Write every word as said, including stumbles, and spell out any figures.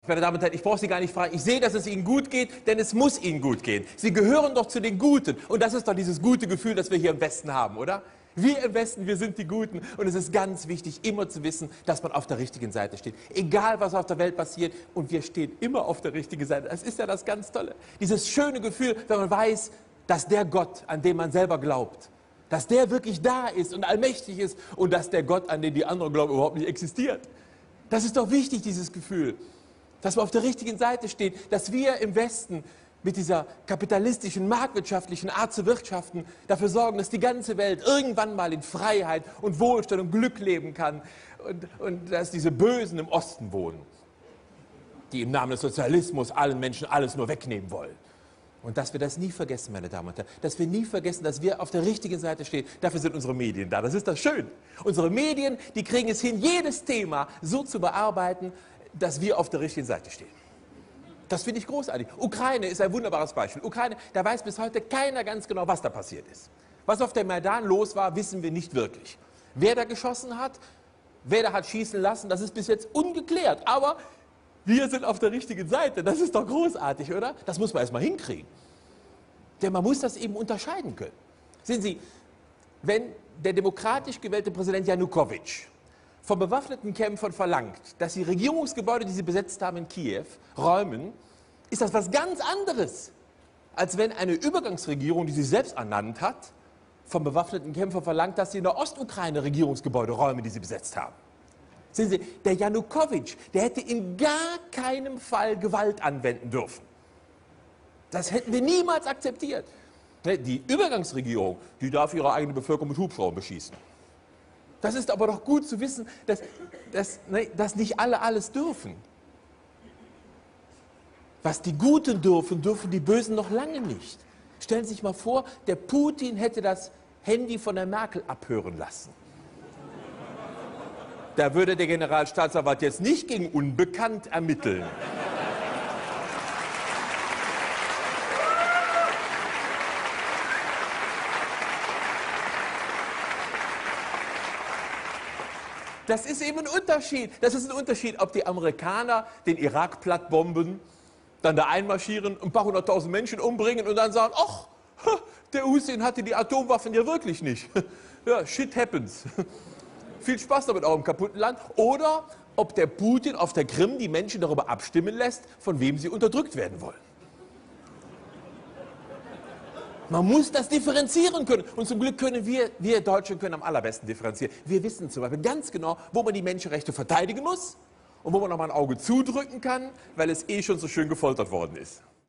Meine Damen und Herren, ich brauche Sie gar nicht fragen. Ich sehe, dass es Ihnen gut geht, denn es muss Ihnen gut gehen. Sie gehören doch zu den Guten. Und das ist doch dieses gute Gefühl, das wir hier im Westen haben, oder? Wir im Westen, wir sind die Guten. Und es ist ganz wichtig, immer zu wissen, dass man auf der richtigen Seite steht. Egal, was auf der Welt passiert. Und wir stehen immer auf der richtigen Seite. Das ist ja das ganz Tolle. Dieses schöne Gefühl, wenn man weiß, dass der Gott, an den man selber glaubt, dass der wirklich da ist und allmächtig ist und dass der Gott, an den die anderen glauben, überhaupt nicht existiert. Das ist doch wichtig, dieses Gefühl. Dass wir auf der richtigen Seite stehen, dass wir im Westen mit dieser kapitalistischen, marktwirtschaftlichen Art zu wirtschaften dafür sorgen, dass die ganze Welt irgendwann mal in Freiheit und Wohlstand und Glück leben kann und, und dass diese Bösen im Osten wohnen, die im Namen des Sozialismus allen Menschen alles nur wegnehmen wollen. Und dass wir das nie vergessen, meine Damen und Herren, dass wir nie vergessen, dass wir auf der richtigen Seite stehen. Dafür sind unsere Medien da, das ist das schön. Unsere Medien, die kriegen es hin, jedes Thema so zu bearbeiten, dass wir auf der richtigen Seite stehen. Das finde ich großartig. Ukraine ist ein wunderbares Beispiel. Ukraine, da weiß bis heute keiner ganz genau, was da passiert ist. Was auf dem Maidan los war, wissen wir nicht wirklich. Wer da geschossen hat, wer da hat schießen lassen, das ist bis jetzt ungeklärt. Aber wir sind auf der richtigen Seite. Das ist doch großartig, oder? Das muss man erst mal hinkriegen. Denn man muss das eben unterscheiden können. Sehen Sie, wenn der demokratisch gewählte Präsident Janukowitsch von bewaffneten Kämpfern verlangt, dass die Regierungsgebäude, die sie besetzt haben in Kiew, räumen, ist das was ganz anderes, als wenn eine Übergangsregierung, die sie selbst ernannt hat, von bewaffneten Kämpfern verlangt, dass sie in der Ostukraine Regierungsgebäude räumen, die sie besetzt haben. Sehen Sie, der Janukowitsch, der hätte in gar keinem Fall Gewalt anwenden dürfen. Das hätten wir niemals akzeptiert. Die Übergangsregierung, die darf ihre eigene Bevölkerung mit Hubschraubern beschießen. Das ist aber doch gut zu wissen, dass, dass, ne, dass nicht alle alles dürfen. Was die Guten dürfen, dürfen die Bösen noch lange nicht. Stellen Sie sich mal vor, der Putin hätte das Handy von der Merkel abhören lassen. Da würde der Generalstaatsanwalt jetzt nicht gegen Unbekannt ermitteln. Das ist eben ein Unterschied. Das ist ein Unterschied, ob die Amerikaner den Irak plattbomben, dann da einmarschieren, ein paar hunderttausend Menschen umbringen und dann sagen, ach, der Hussein hatte die Atomwaffen ja wirklich nicht. Ja, shit happens. Viel Spaß damit auch im kaputten Land. Oder ob der Putin auf der Krim die Menschen darüber abstimmen lässt, von wem sie unterdrückt werden wollen. Man muss das differenzieren können. Und zum Glück können wir, wir Deutschen können am allerbesten differenzieren. Wir wissen zum Beispiel ganz genau, wo man die Menschenrechte verteidigen muss und wo man noch mal ein Auge zudrücken kann, weil es eh schon so schön gefoltert worden ist.